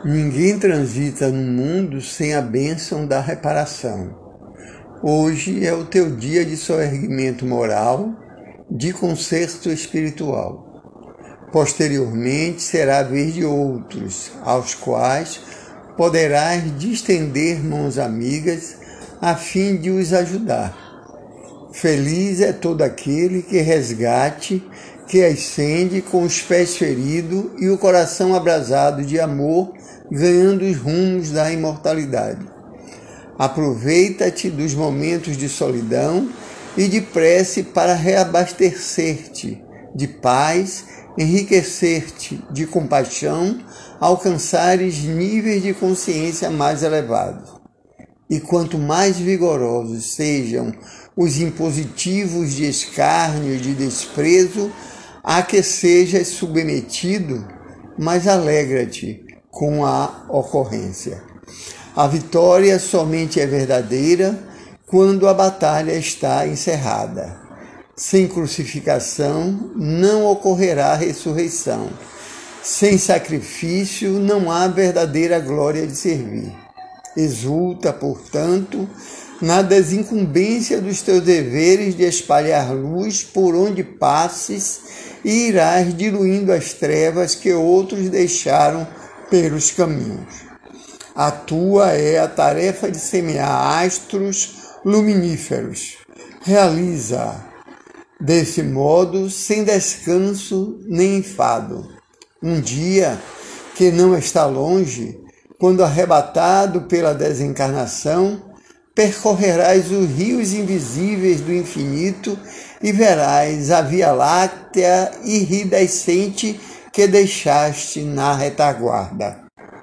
Ninguém transita no mundo sem a bênção da reparação. Hoje é o teu dia de soerguimento moral, de conserto espiritual. Posteriormente será a vez de outros, aos quais poderás distender mãos amigas a fim de os ajudar. Feliz é todo aquele que resgate, que ascende com os pés feridos e o coração abrasado de amor, ganhando os rumos da imortalidade. Aproveita-te dos momentos de solidão e de prece para reabastecer-te de paz, enriquecer-te de compaixão, alcançares níveis de consciência mais elevados. E quanto mais vigorosos sejam os impositivos de escárnio e de desprezo a que sejas submetido, mais alegra-te com a ocorrência. A vitória somente é verdadeira quando a batalha está encerrada. Sem crucificação não ocorrerá ressurreição. Sem sacrifício não há verdadeira glória de servir. Exulta, portanto, na desincumbência dos teus deveres de espalhar luz por onde passes e irás diluindo as trevas que outros deixaram pelos caminhos. A tua é a tarefa de semear astros luminíferos. Realiza-a, desse modo, sem descanso nem enfado. Um dia que não está longe, quando arrebatado pela desencarnação, percorrerás os rios invisíveis do infinito e verás a Via Láctea iridescente que deixaste na retaguarda.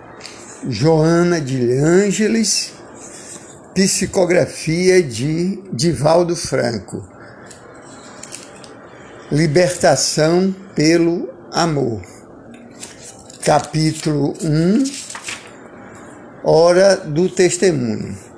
Joana de Ângeles, psicografia de Divaldo Franco. Libertação pelo amor. Capítulo 1. Hora do testemunho.